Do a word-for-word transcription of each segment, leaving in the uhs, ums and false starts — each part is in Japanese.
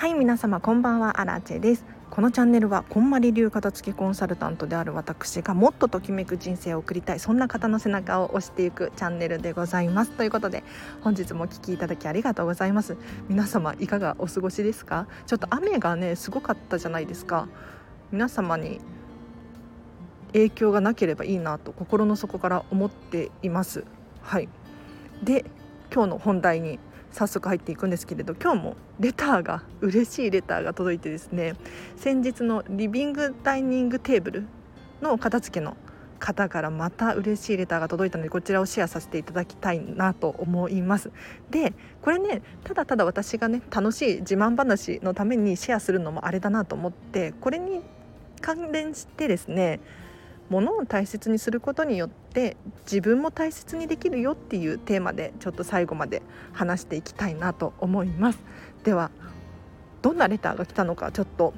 はい、皆様こんばんは、アラチェです。このチャンネルはこんまり流片付けコンサルタントである私がもっとときめく人生を送りたい、そんな方の背中を押していくチャンネルでございます。ということで本日もお聞きいただきありがとうございます。皆様いかがお過ごしですか？ちょっと雨がねすごかったじゃないですか。皆様に影響がなければいいなと心の底から思っています。はい。で、今日の本題に早速入っていくんですけれど、今日もレターが嬉しいレターが届いてですね、先日のリビングダイニングテーブルの片付けの方からまた嬉しいレターが届いたので、こちらをシェアさせていただきたいなと思います。で、これねただただ私がね楽しい自慢話のためにシェアするのもあれだなと思って、これに関連してですね、物を大切にすることによって自分も大切にできるよっていうテーマでちょっと最後まで話していきたいなと思います。ではどんなレターが来たのかちょっと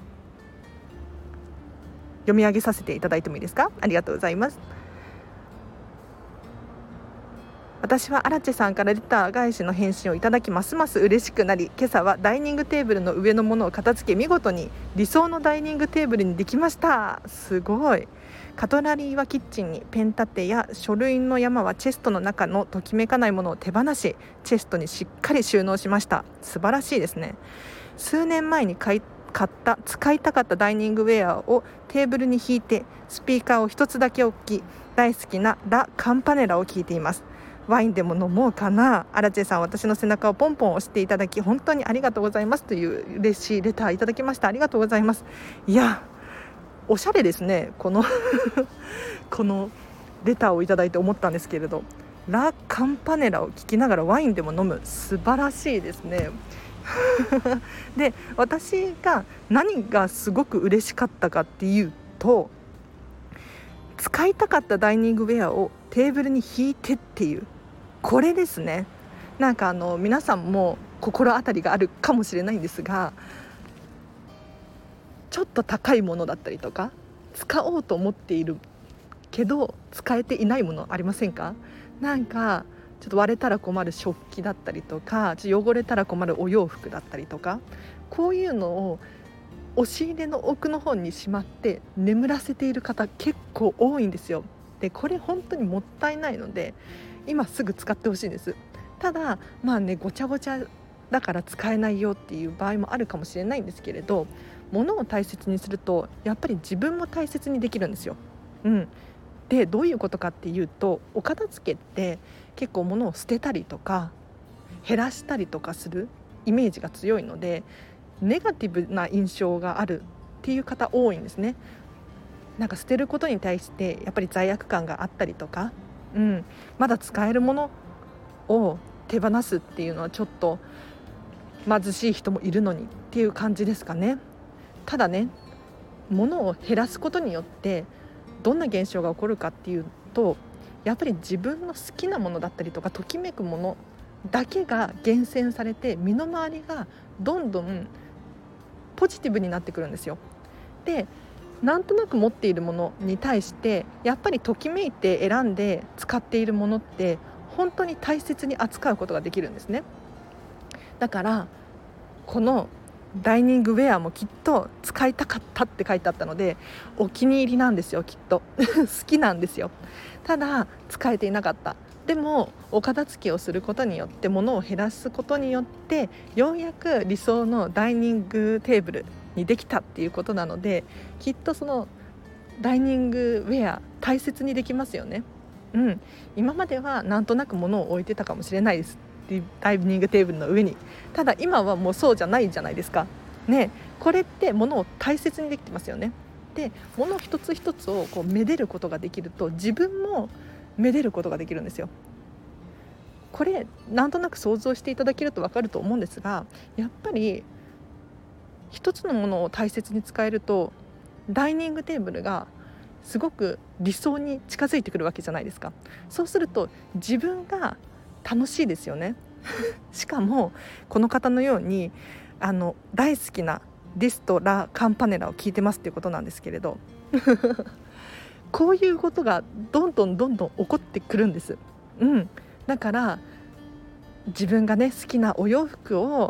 読み上げさせていただいてもいいですか？ありがとうございます。私はアラチェさんからレター返しの返信をいただきますます嬉しくなり、今朝はダイニングテーブルの上のものを片付け見事に理想のダイニングテーブルにできました。すごい。カトラリーはキッチンに、ペン立てや書類の山はチェストの中のときめかないものを手放し、チェストにしっかり収納しました。素晴らしいですね。数年前に買い買った使いたかったダイニングウェアをテーブルに引いて、スピーカーを一つだけ置き、大好きなラ・カンパネラを聴いています。ワインでも飲もうかな。アラチェさん、私の背中をポンポン押していただき本当にありがとうございますという嬉しいレターいただきました。ありがとうございます。いやおしゃれですね、このこのレターをいただいて思ったんですけれど、ラ・カンパネラを聞きながらワインでも飲む、素晴らしいですねで、私が何がすごく嬉しかったかっていうと、使いたかったダイニングウェアをテーブルに引いてっていう、これですね。なんかあの皆さんも心当たりがあるかもしれないんですが、ちょっと高いものだったりとか、使おうと思っているけど使えていないものありませんか？なんかちょっと割れたら困る食器だったりとか、ちょっと汚れたら困るお洋服だったりとか、こういうのを押し入れの奥の方にしまって眠らせている方結構多いんですよ。で、これ本当にもったいないので今すぐ使ってほしいんです。ただまあね、ごちゃごちゃだから使えないよっていう場合もあるかもしれないんですけれど、物を大切にするとやっぱり自分も大切にできるんですよ。うん、でどういうことかっていうと、お片付けって結構物を捨てたりとか減らしたりとかするイメージが強いので、ネガティブな印象があるっていう方多いんですね。なんか捨てることに対してやっぱり罪悪感があったりとか、うん、まだ使えるものを手放すっていうのはちょっと貧しい人もいるのにっていう感じですかね。ただね、物を減らすことによってどんな現象が起こるかっていうと、やっぱり自分の好きなものだったりとかときめくものだけが厳選されて、身の回りがどんどんポジティブになってくるんですよ。で、なんとなく持っているものに対してやっぱりときめいて選んで使っているものって本当に大切に扱うことができるんですね。だからこのダイニングウェアもきっと使いたかったって書いてあったのでお気に入りなんですよ、きっと好きなんですよ。ただ使えていなかった。でもお片付けをすることによって、物を減らすことによってようやく理想のダイニングテーブルにできたっていうことなので、きっとそのダイニングウェア大切にできますよね。うん、今まではなんとなく物を置いてたかもしれないです、ダイニングテーブルの上に。ただ今はもうそうじゃないじゃないですかね。これって物を大切にできてますよね。で、物一つ一つをこうめでることができると、自分もめでることができるんですよ。これなんとなく想像していただけると分かると思うんですが、やっぱり一つのものを大切に使えるとダイニングテーブルがすごく理想に近づいてくるわけじゃないですか。そうすると自分が楽しいですよねしかもこの方のようにあの大好きなディストラ・カンパネラを聞いてますっていうことなんですけれどこういうことがどんどんどんどん起こってくるんです。うん、だから自分がね好きなお洋服を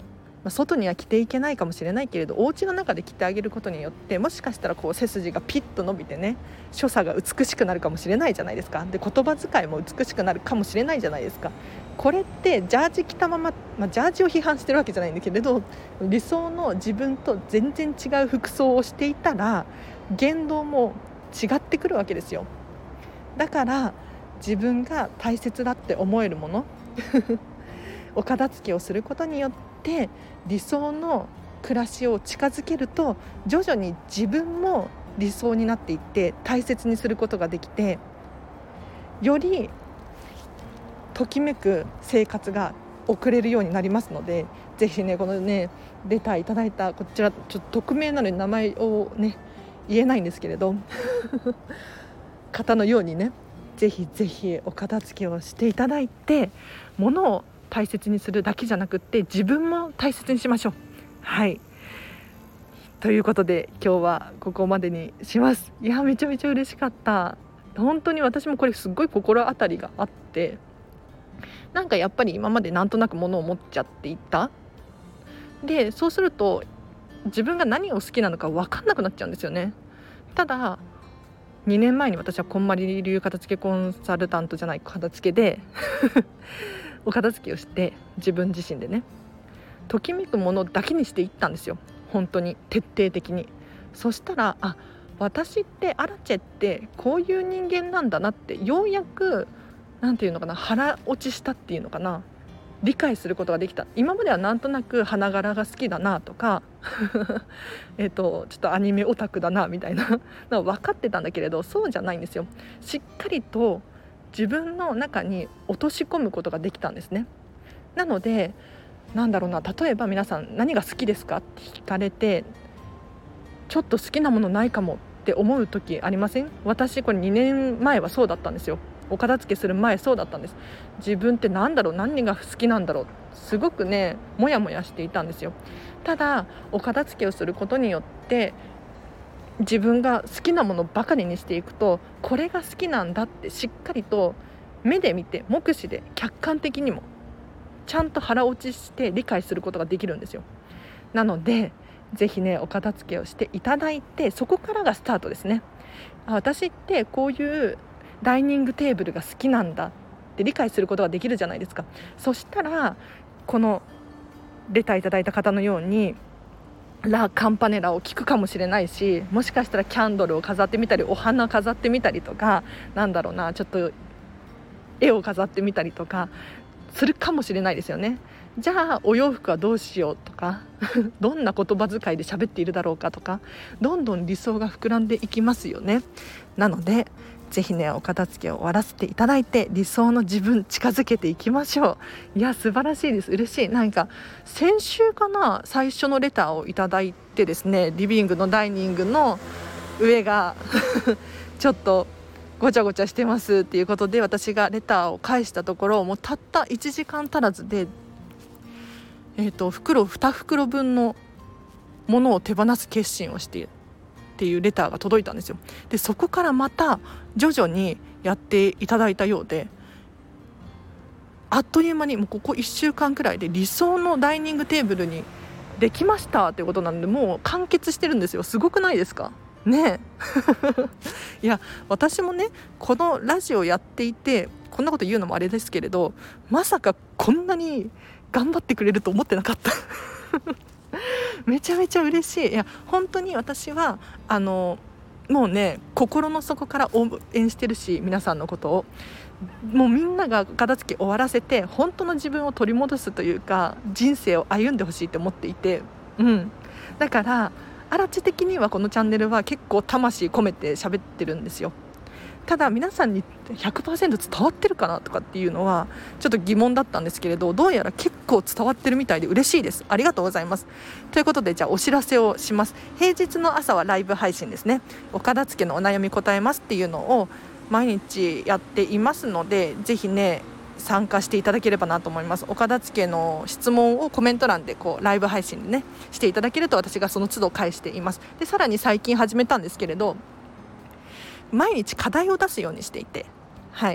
あ、外には着ていけないかもしれないけれどお家の中で着てあげることによってもしかしたらこう背筋がピッと伸びてね所作が美しくなるかもしれないじゃないですか。で言葉遣いも美しくなるかもしれないじゃないですか。これってジャージ着たまま、まあ、ジャージを批判してるわけじゃないんだけれど理想の自分と全然違う服装をしていたら言動も違ってくるわけですよ。だから自分が大切だって思えるものお片付けをすることによって理想の暮らしを近づけると徐々に自分も理想になっていって大切にすることができてよりときめく生活が送れるようになりますのでぜひねこのねレターいただいたこちらちょっと匿名なのに名前をね言えないんですけれど方のようにねぜひぜひお片付けをしていただいて物を大切にするだけじゃなくって自分も大切にしましょう。はいということで今日はここまでにします。いやめちゃめちゃ嬉しかった。本当に私もこれすっごい心当たりがあってなんかやっぱり今までなんとなく物を持っちゃっていた。でそうすると自分が何を好きなのか分かんなくなっちゃうんですよね。ただにねんまえに私はこんまり流片付けコンサルタントじゃない片付けでお片付けをして自分自身でねときめくものだけにしていったんですよ。本当に徹底的に。そしたらあ私ってアラチェってこういう人間なんだなってようやくなんていうのかな腹落ちしたっていうのかな理解することができた。今まではなんとなく花柄が好きだなとかえっとちょっとアニメオタクだなみたいなのは分かってたんだけれどそうじゃないんですよ。しっかりと自分の中に落とし込むことができたんですね。なのでなんだろうな例えば皆さん何が好きですかって聞かれてちょっと好きなものないかもって思う時ありません？私これにねんまえはそうだったんですよ。お片付けする前そうだったんです。自分って何だろう何が好きなんだろうすごくねモヤモヤしていたんですよ。ただお片付けをすることによって自分が好きなものばかりにしていくとこれが好きなんだってしっかりと目で見て目視で客観的にもちゃんと腹落ちして理解することができるんですよ。なのでぜひねお片付けをしていただいてそこからがスタートですね。あ私ってこういうダイニングテーブルが好きなんだって理解することができるじゃないですか。そしたらこのレターいただいた方のようにラ・カンパネラを聞くかもしれないしもしかしたらキャンドルを飾ってみたりお花飾ってみたりとかなんだろうなちょっと絵を飾ってみたりとかするかもしれないですよね。じゃあお洋服はどうしようとかどんな言葉遣いで喋っているだろうかとかどんどん理想が膨らんでいきますよね。なのでぜひねお片付けを終わらせていただいて理想の自分近づけていきましょう。いや素晴らしいです。嬉しい。なんか先週かな最初のレターをいただいてですねリビングのダイニングの上がちょっとごちゃごちゃしてますっていうことで私がレターを返したところもうたったいちじかん足らずで、えーと、袋に袋分のものを手放す決心をしてっていうレターが届いたんですよ。でそこからまた徐々にやっていただいたようであっという間にもうここいっしゅうかんくらいで理想のダイニングテーブルにできましたっていうことなのでもう完結してるんですよ。すごくないですかねいや私もねこのラジオやっていてこんなこと言うのもあれですけれどまさかこんなに頑張ってくれると思ってなかっためちゃめちゃ嬉しい。いや本当に私はあのもうね心の底から応援してるし皆さんのことをもうみんなが片付け終わらせて本当の自分を取り戻すというか人生を歩んでほしいと思っていて、うん、だからアラチ的にはこのチャンネルは結構魂込めて喋ってるんですよ。ただ皆さんに ひゃくパーセント 伝わってるかなとかっていうのはちょっと疑問だったんですけれどどうやら結構伝わってるみたいで嬉しいです。ありがとうございます。ということでじゃあお知らせをします。平日の朝はライブ配信ですね。お片付けのお悩み答えますっていうのを毎日やっていますのでぜひね参加していただければなと思います。お片付けの質問をコメント欄でこうライブ配信でねしていただけると私がその都度返しています。でさらに最近始めたんですけれど毎日課題を出すようにしていて、はい、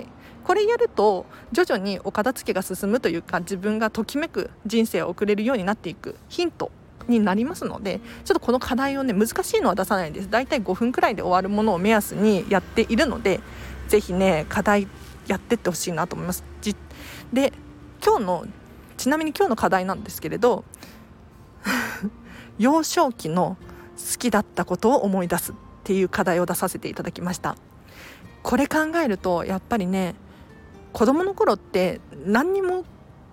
これやると徐々にお片付けが進むというか、自分がときめく人生を送れるようになっていくヒントになりますので、ちょっとこの課題をね、難しいのは出さないです。だいたいごふんくらいで終わるものを目安にやっているので、ぜひね課題やってってほしいなと思います。で今日のちなみに今日の課題なんですけれど幼少期の好きだったことを思い出すっていう課題を出させていただきました。これ考えるとやっぱりね、子供の頃って何にも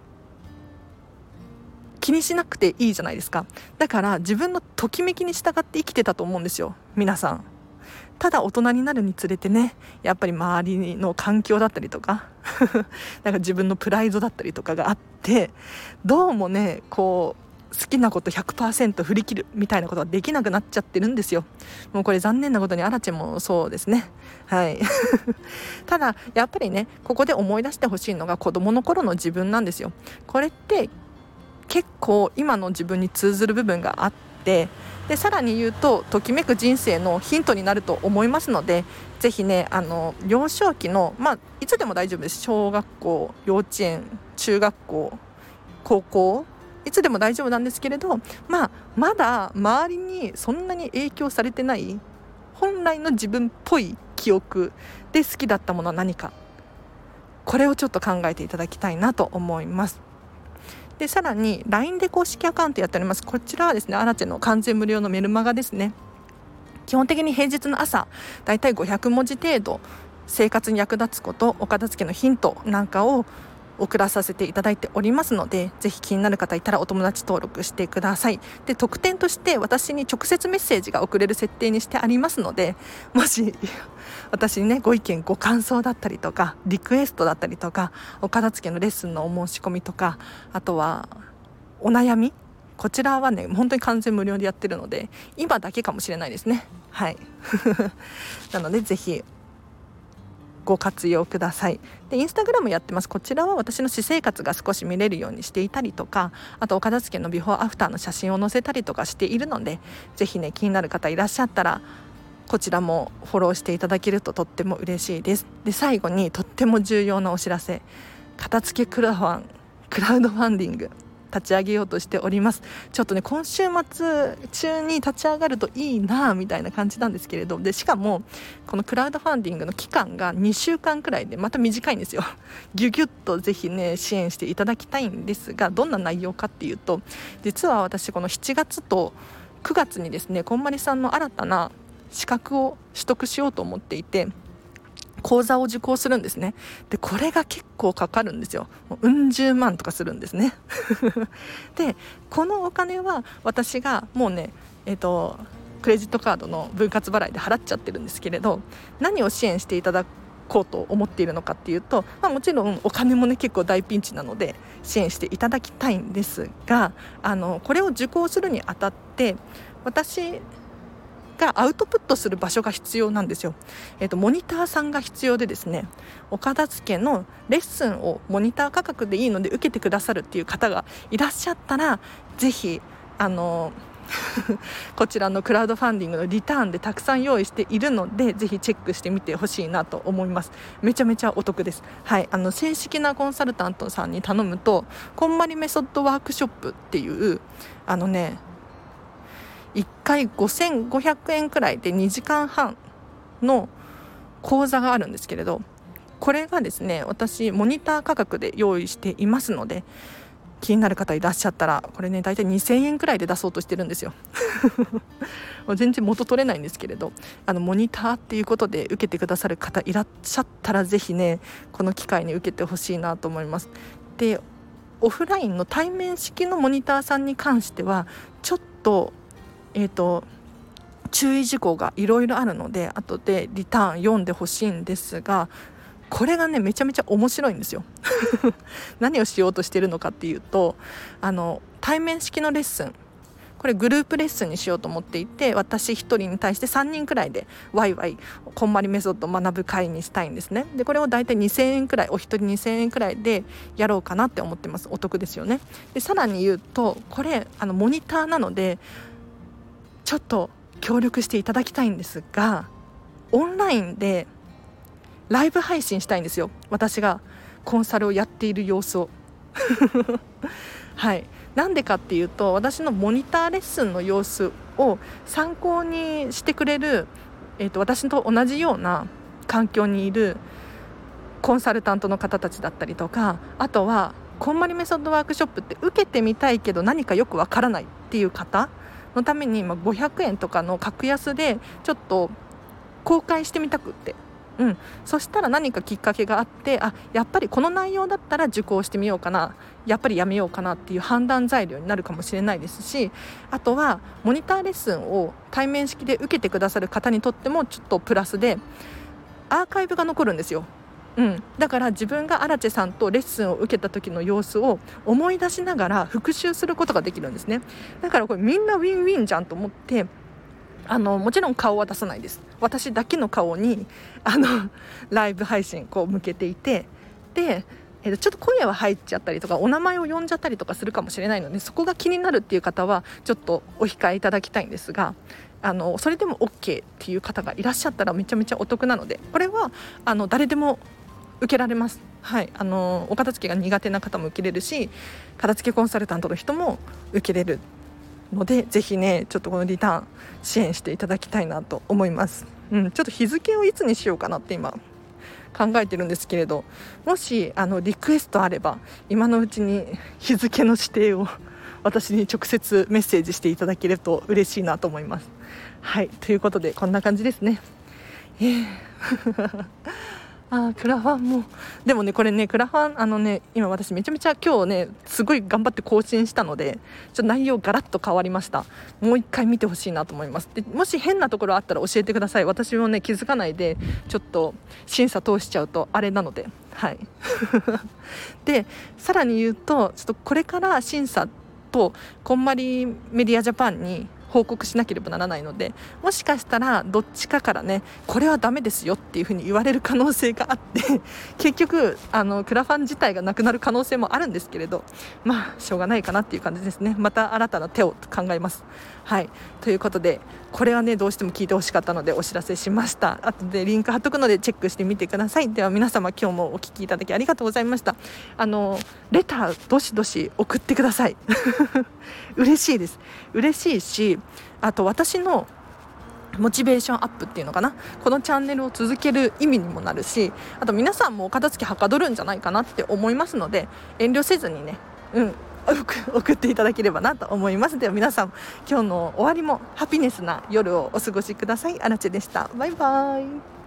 気にしなくていいじゃないですか。だから自分のときめきに従って生きてたと思うんですよ、皆さん。ただ大人になるにつれてね、やっぱり周りの環境だったりとかなんか自分のプライドだったりとかがあって、どうもねこう好きなこと ひゃくパーセント 振り切るみたいなことができなくなっちゃってるんですよ。もうこれ残念なことにアラチェもそうですね。はいただやっぱりね、ここで思い出してほしいのが子供の頃の自分なんですよ。これって結構今の自分に通ずる部分があって、でさらに言うとときめく人生のヒントになると思いますので、ぜひねあの幼少期の、まあ、いつでも大丈夫です。小学校、幼稚園、中学校、高校、いつでも大丈夫なんですけれど、まあ、まだ周りにそんなに影響されてない本来の自分っぽい記憶で好きだったものは何か、これをちょっと考えていただきたいなと思います。でさらに ライン で公式アカウントやっております。こちらはですね、アラチェの完全無料のメルマガですね。基本的に平日の朝だいたいごひゃくもじ程度、生活に役立つこと、お片付けのヒントなんかを送らさせていただいておりますので、ぜひ気になる方いたらお友達登録してください。で特典として私に直接メッセージが送れる設定にしてありますので、もし私にねご意見ご感想だったりとかリクエストだったりとか、お片付けのレッスンのお申し込みとか、あとはお悩み、こちらはね本当に完全無料でやってるので、今だけかもしれないですね。はいなのでぜひご活用ください。でインスタグラムやってます。こちらは私の私生活が少し見れるようにしていたりとか、あとお片付けのビフォーアフターの写真を載せたりとかしているので、ぜひね気になる方いらっしゃったらこちらもフォローしていただけるととっても嬉しいです。で最後にとっても重要なお知らせ、片付けクラファンクラウドファンディング立ち上げようとしております。ちょっとね今週末中に立ち上がるといいなみたいな感じなんですけれど、でしかもこのクラウドファンディングの期間がにしゅうかんくらいでまた短いんですよ。ギュギュッとぜひね支援していただきたいんですが、どんな内容かっていうと、実は私このしちがつとくがつにですね、こんまりさんの新たな資格を取得しようと思っていて、講座を受講するんですね。でこれが結構かかるんですよ。もううん十万とかするんですねでこのお金は私がもうねえっとクレジットカードの分割払いで払っちゃってるんですけれど、何を支援していただこうと思っているのかっていうと、まあ、もちろんお金もね結構大ピンチなので支援していただきたいんですが、あのこれを受講するにあたって私がアウトプットする場所が必要なんですよ。えーと、モニターさんが必要でですね、お片付けのレッスンをモニター価格でいいので受けてくださるっていう方がいらっしゃったら、ぜひあのこちらのクラウドファンディングのリターンでたくさん用意しているので、ぜひチェックしてみてほしいなと思います。めちゃめちゃお得です。はい、あの正式なコンサルタントさんに頼むと、こんまりメソッドワークショップっていうあのねいっかいごせんごひゃくえんくらいでにじかんはんの講座があるんですけれど、これがですね私モニター価格で用意していますので、気になる方いらっしゃったら、これねだいたいにせんえんくらいで出そうとしてるんですよ全然元取れないんですけれど、あのモニターっていうことで受けてくださる方いらっしゃったら、ぜひねこの機会に受けてほしいなと思います。でオフラインの対面式のモニターさんに関してはちょっとえーと、注意事項がいろいろあるので、後でリターン読んでほしいんですが、これがねめちゃめちゃ面白いんですよ何をしようとしているのかっていうと、あの対面式のレッスン、これグループレッスンにしようと思っていて、私ひとりに対してさんにんくらいでワイワイこんまりメソッドを学ぶ会にしたいんですね。でこれをだいたいにせんえんくらい、お一人にせんえんくらいでやろうかなって思ってます。お得ですよね。でさらに言うと、これあのモニターなのでちょっと協力していただきたいんですが、オンラインでライブ配信したいんですよ。私がコンサルをやっている様子をはい、なんでかっていうと、私のモニターレッスンの様子を参考にしてくれる、えーと、私と同じような環境にいるコンサルタントの方たちだったりとか、あとはこんまりメソッドワークショップって受けてみたいけど何かよくわからないっていう方のために、まあ、ごひゃくえんとかの格安でちょっと公開してみたくって、うん、そしたら何かきっかけがあって、あ、やっぱりこの内容だったら受講してみようかな、やっぱりやめようかなっていう判断材料になるかもしれないですし、あとはモニターレッスンを対面式で受けてくださる方にとってもちょっとプラスでアーカイブが残るんですよ。うん、だから自分がアラチェさんとレッスンを受けた時の様子を思い出しながら復習することができるんですね。だからこれみんなウィンウィンじゃんと思って、あのもちろん顔は出さないです。私だけの顔にあのライブ配信こう向けていて、で、えー、とちょっと声は入っちゃったりとかお名前を呼んじゃったりとかするかもしれないので、そこが気になるっていう方はちょっとお控えいただきたいんですが、あのそれでも OK っていう方がいらっしゃったらめちゃめちゃお得なので、これはあの誰でも受けられます。はい、あのお片付けが苦手な方も受けれるし、片付けコンサルタントの人も受けれるので、ぜひねちょっとこのリターン支援していただきたいなと思います。うん、ちょっと日付をいつにしようかなって今考えてるんですけれど、もしあのリクエストあれば今のうちに日付の指定を私に直接メッセージしていただけると嬉しいなと思います。はい、ということでこんな感じですね。えーあクラファンもでもね、これねクラファンあのね今私めちゃめちゃ今日ねすごい頑張って更新したので、ちょっと内容ガラッと変わりました。もう一回見てほしいなと思います。でもし変なところあったら教えてください。私もね気づかないでちょっと審査通しちゃうとあれなので、はいでさらに言うと、ちょっとこれから審査とこんまりメディアジャパンに報告しなければならないので、もしかしたらどっちかからねこれはダメですよっていう風に言われる可能性があって結局あのクラファン自体がなくなる可能性もあるんですけれど、まあしょうがないかなっていう感じですね。また新たな手を考えます。はい、ということでこれはねどうしても聞いてほしかったのでお知らせしました。後でリンク貼っとくのでチェックしてみてください。では皆様今日もお聞きいただきありがとうございました。あのレターどしどし送ってください嬉しいです。嬉しいし、あと私のモチベーションアップっていうのかな、このチャンネルを続ける意味にもなるし、あと皆さんもお片付けはかどるんじゃないかなって思いますので、遠慮せずにね、うん送っていただければなと思います。では皆さん今日の終わりもハピネスな夜をお過ごしください。アラチェでした。バイバイ。